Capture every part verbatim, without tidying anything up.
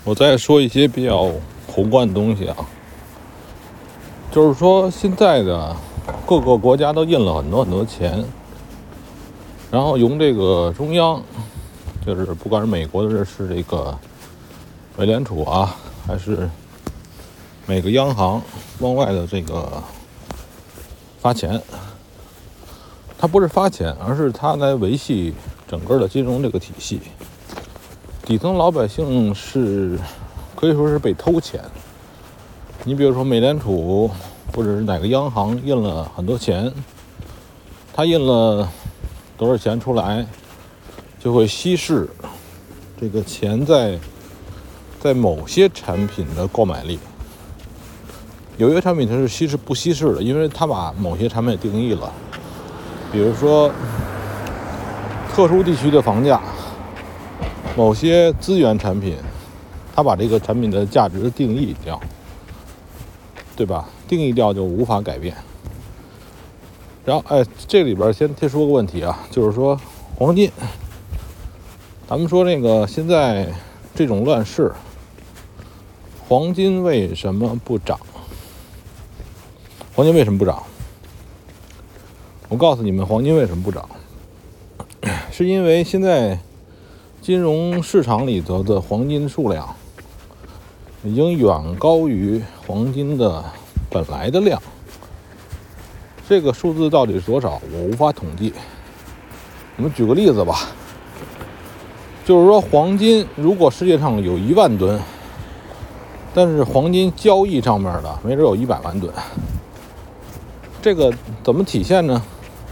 我再说一些比较宏观的东西啊，就是说现在的各个国家都印了很多很多钱，然后用这个中央，就是不管是美国的是这个美联储啊，还是每个央行往外的这个发钱，它不是发钱，而是它来维系整个的金融这个体系。底层老百姓是可以说是被偷钱。你比如说美联储或者是哪个央行印了很多钱，它印了多少钱出来，就会稀释这个钱在在某些产品的购买力。有一个产品它是稀释不稀释的，因为它把某些产品定义了，比如说特殊地区的房价，某些资源产品，它把这个产品的价值定义掉，对吧？定义掉就无法改变。然后，哎，这里边先先说个问题啊，就是说黄金，咱们说那个现在这种乱世，黄金为什么不涨？黄金为什么不涨？我告诉你们，黄金为什么不涨，是因为现在金融市场里头的黄金数量已经远高于黄金的本来的量。这个数字到底是多少，我无法统计。我们举个例子吧，就是说黄金如果世界上有一万吨，但是黄金交易上面的没准有一百万吨，这个怎么体现呢？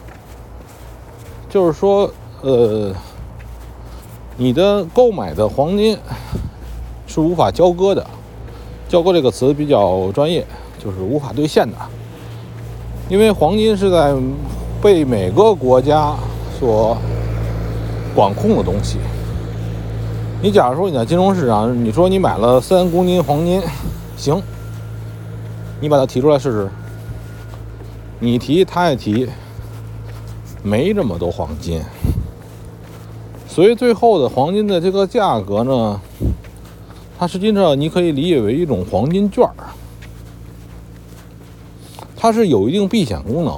就是说，呃，你的购买的黄金是无法交割的。交割这个词比较专业，就是无法兑现的。因为黄金是在被每个国家所管控的东西。你假如说你在金融市场，你说你买了三公斤黄金，行，你把它提出来试试。你提，他也提，没这么多黄金。所以最后的黄金的这个价格呢，它实际上你可以理解为一种黄金券，它是有一定避险功能，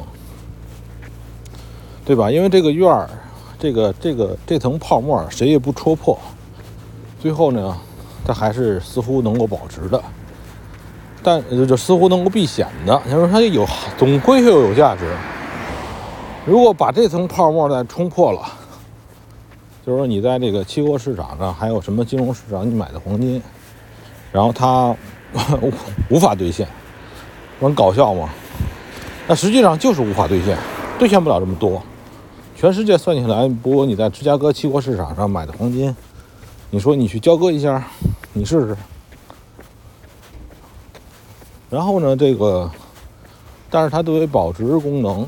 对吧？因为这个券儿，这个这个这层泡沫谁也不戳破，最后呢，它还是似乎能够保值的，但就似乎能够避险的，就是它有总归会有价值。如果把这层泡沫再冲破了，就是说你在这个期货市场上，还有什么金融市场你买的黄金，然后它无法兑现，很搞笑吗？那实际上就是无法兑现，兑现不了这么多。全世界算起来，不过你在芝加哥期货市场上买的黄金，你说你去交割一下，你试试。然后呢，这个，但是它对于保值功能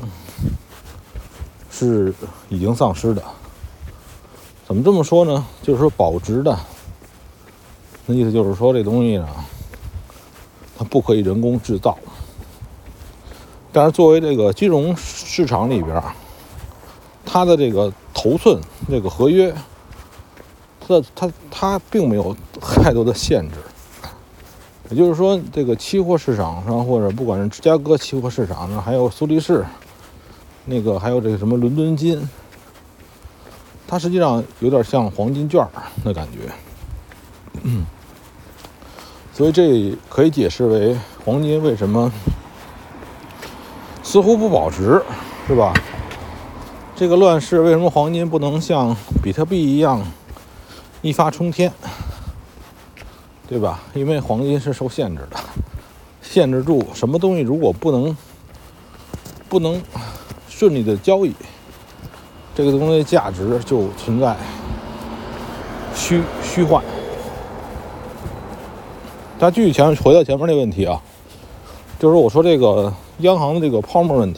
是已经丧失的。怎么这么说呢？就是说保值的，那意思就是说这东西呢，它不可以人工制造。但是作为这个金融市场里边，它的这个头寸这个合约，它它它并没有太多的限制。也就是说，这个期货市场上，或者不管是芝加哥期货市场上，还有苏黎世，那个还有这个什么伦敦金，它实际上有点像黄金券的感觉。嗯，所以这可以解释为黄金为什么似乎不保值，是吧？这个乱世为什么黄金不能像比特币一样一发冲天，对吧？因为黄金是受限制的，限制住什么东西如果不能不能顺利的交易，这个东西的价值就存在虚虚幻。但继续前回到前面那个问题啊，就是我说这个央行的这个泡沫问题，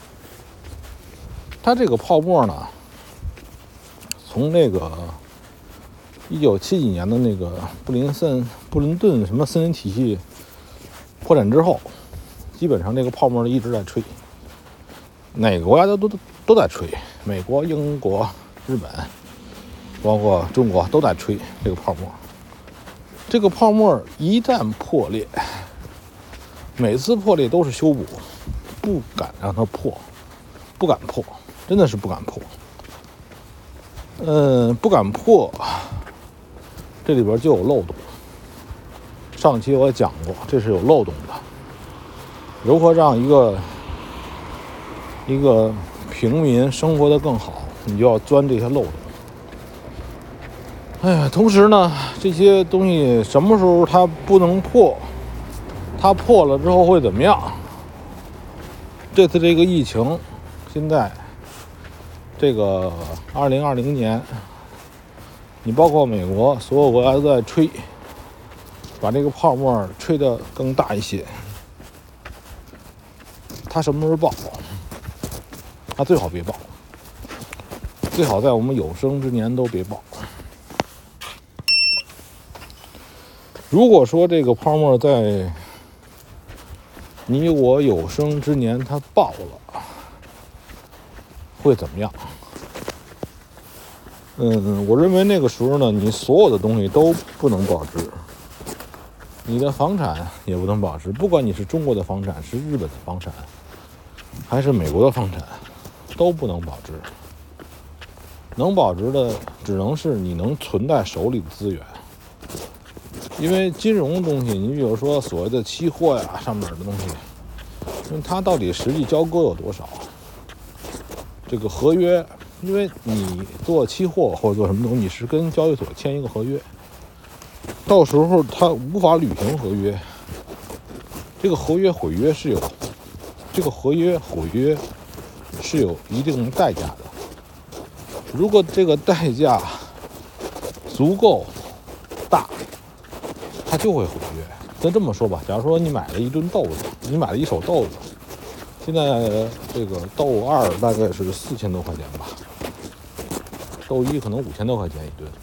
它这个泡沫呢，从那个一九七几年的那个布林森布林顿什么森林体系破产之后，基本上这个泡沫一直在吹，哪个国家都都都在吹，美国、英国、日本，包括中国都在吹这个泡沫。 这个泡沫一旦破裂，每次破裂都是修补，不敢让它破，不敢破，真的是不敢破。嗯，不敢破，这里边就有漏洞。上期我也讲过，这是有漏洞的。如何让一个一个平民生活得更好，你就要钻这些漏洞。哎呀，同时呢，这些东西什么时候它不能破，它破了之后会怎么样？这次这个疫情，现在这个二零二零年，你包括美国所有国家都在吹，把这个泡沫吹得更大一些。它什么时候爆？它最好别爆，最好在我们有生之年都别爆。如果说这个泡沫在你我有生之年它爆了，会怎么样？嗯，我认为那个时候呢，你所有的东西都不能保值，你的房产也不能保值，不管你是中国的房产，是日本的房产，还是美国的房产，都不能保值。能保值的只能是你能存在手里的资源。因为金融的东西，你比如说所谓的期货呀，上面的东西，它到底实际交割有多少？这个合约，因为你做期货或者做什么东西，是跟交易所签一个合约，到时候它无法履行合约，这个合约毁约是有，这个合约毁约是有一定代价的。如果这个代价足够大，它就会毁约。那这么说吧，假如说你买了一吨豆子，你买了一手豆子，现在这个豆二大概是四千多块钱吧，豆一可能五千多块钱一吨。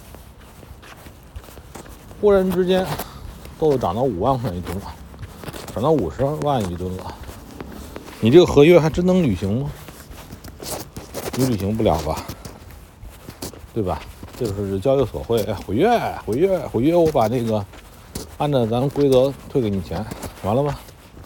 忽然之间，豆子涨到五万块钱一吨了，涨到五十万一吨了，你这个合约还真能履行吗？你履行不了吧，对吧？这就是交易所会毁约、毁约、毁约，我把那个按照咱们规则退给你钱，完了吧？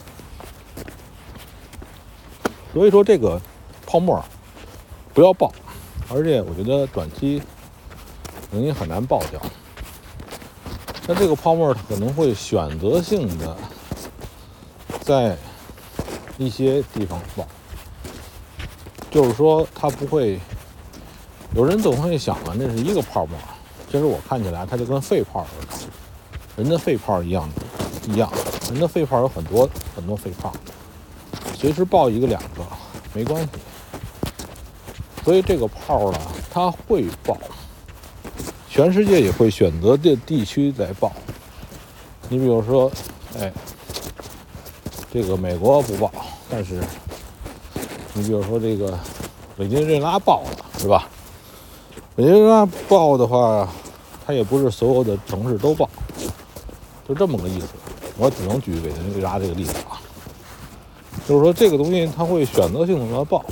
所以说这个泡沫不要爆，而且我觉得短期可能也很难爆掉。但这个泡沫它可能会选择性的在一些地方爆，就是说它不会，有人总会想啊，那是一个泡沫，其实我看起来它就跟肺泡似的，人的肺泡一样一样，人的肺泡有很多很多肺泡，随时爆一个两个没关系。所以这个泡呢，它会爆，全世界也会选择的地区来爆。你比如说，哎，这个美国不爆，但是你比如说这个委内瑞拉爆了，是吧？委内瑞拉爆的话，它也不是所有的城市都爆，就这么个意思。我只能举委内瑞拉这个例子啊，就是说这个东西它会选择性的来爆。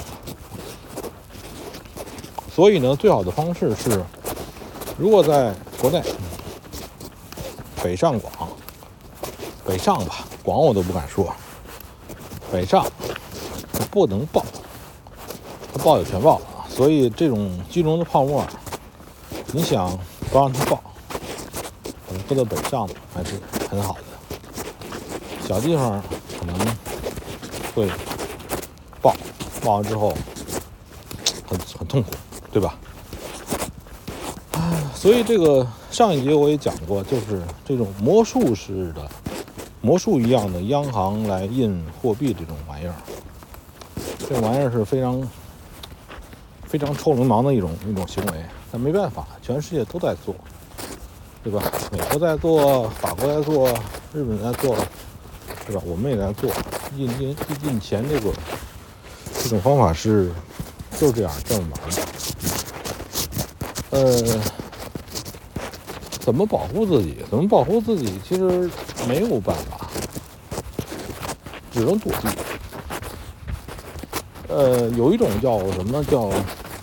所以呢，最好的方式是，如果在国内北上广，北上吧，广我都不敢说，北上不能爆，它爆也全爆了。所以这种金融的泡沫，你想不让它爆，搁到北上还是很好的。小地方可能会爆，爆完之后很很痛苦。对吧？所以这个上一节我也讲过，就是这种魔术式的、魔术一样的央行来印货币这种玩意儿，这种玩意儿是非常非常臭流氓的一种一种行为。但没办法，全世界都在做，对吧？美国在做，法国在做，日本在做，对吧？我们也在做。印印印钱这个这种方法是就是这样这么玩的。呃，怎么保护自己？怎么保护自己？其实没有办法，只能躲避。呃，有一种叫什么叫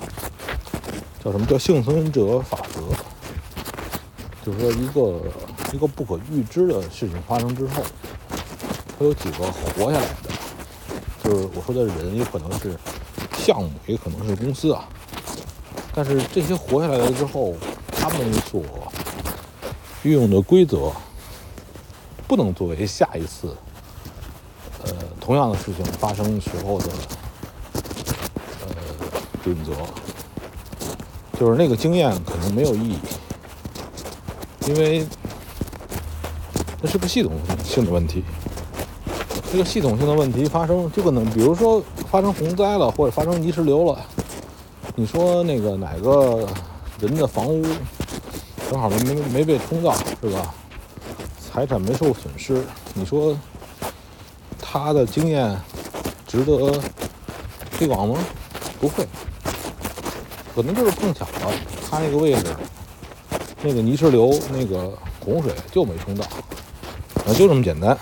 叫什么叫幸存者法则，就是说一个一个不可预知的事情发生之后，会有几个活下来的，就是我说的人，也可能是项目，也可能是公司啊。但是这些活下来了之后，他们所运用的规则，不能作为下一次，呃，同样的事情发生时候的，呃，准则。就是那个经验可能没有意义，因为那是个系统性的问题。这个系统性的问题发生，就可能比如说发生洪灾了，或者发生泥石流了。你说那个哪个人的房屋正好没没没被冲到，是吧？财产没受损失，你说他的经验值得推广吗？不会。可能就是碰巧了，他那个位置，那个泥石流，那个洪水就没冲到，啊，就这么简单。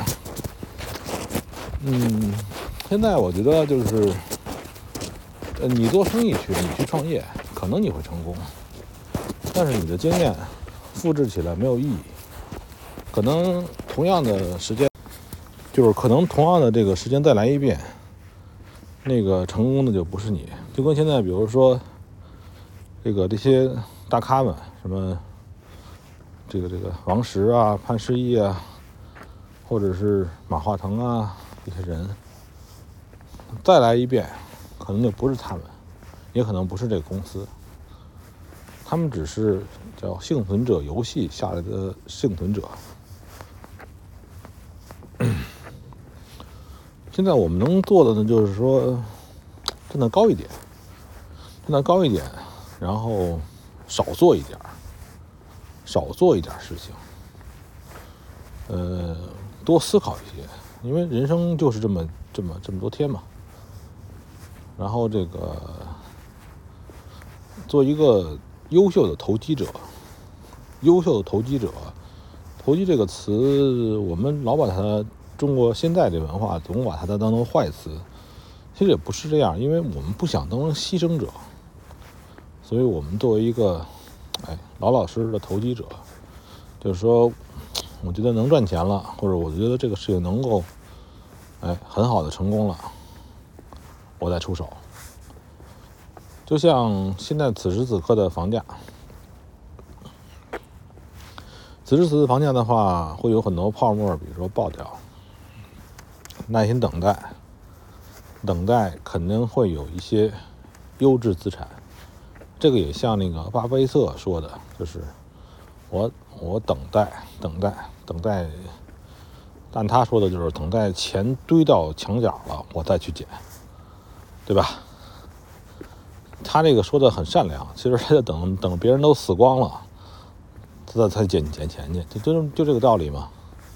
嗯，现在我觉得就是，呃，你做生意去，你去创业，可能你会成功，但是你的经验复制起来没有意义。可能同样的时间，就是可能同样的这个时间再来一遍，那个成功的就不是你。就跟现在，比如说。这个这些大咖们，什么这个这个王石啊、潘石屹啊，或者是马化腾啊，这些人再来一遍，可能就不是他们，也可能不是这个公司，他们只是叫幸存者游戏下来的幸存者。现在我们能做的呢，就是说，站得高一点，站得高一点。然后少做一点，少做一点事情，呃，多思考一些，因为人生就是这么这么这么多天嘛。然后这个做一个优秀的投机者，优秀的投机者，投机这个词，我们老把它中国现在这文化总把它当成坏词，其实也不是这样，因为我们不想当牺牲者。所以我们作为一个哎老老实实的投机者，就是说我觉得能赚钱了，或者我觉得这个事情能够哎很好的成功了，我再出手。就像现在此时此刻的房价，此时此刻房价的话会有很多泡沫，比如说爆掉，耐心等待，等待肯定会有一些优质资产。这个也像那个巴菲特说的，就是我我等待等待等待，但他说的就是等待钱堆到墙角了，我再去捡，对吧？他这个说的很善良，其实他就等等别人都死光了，他才捡捡钱去，就就就这个道理嘛。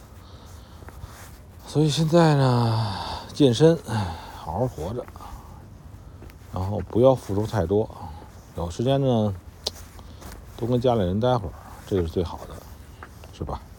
所以现在呢，健身，好好活着，然后不要付出太多。有时间呢，多跟家里人待会儿，这个是最好的，是吧？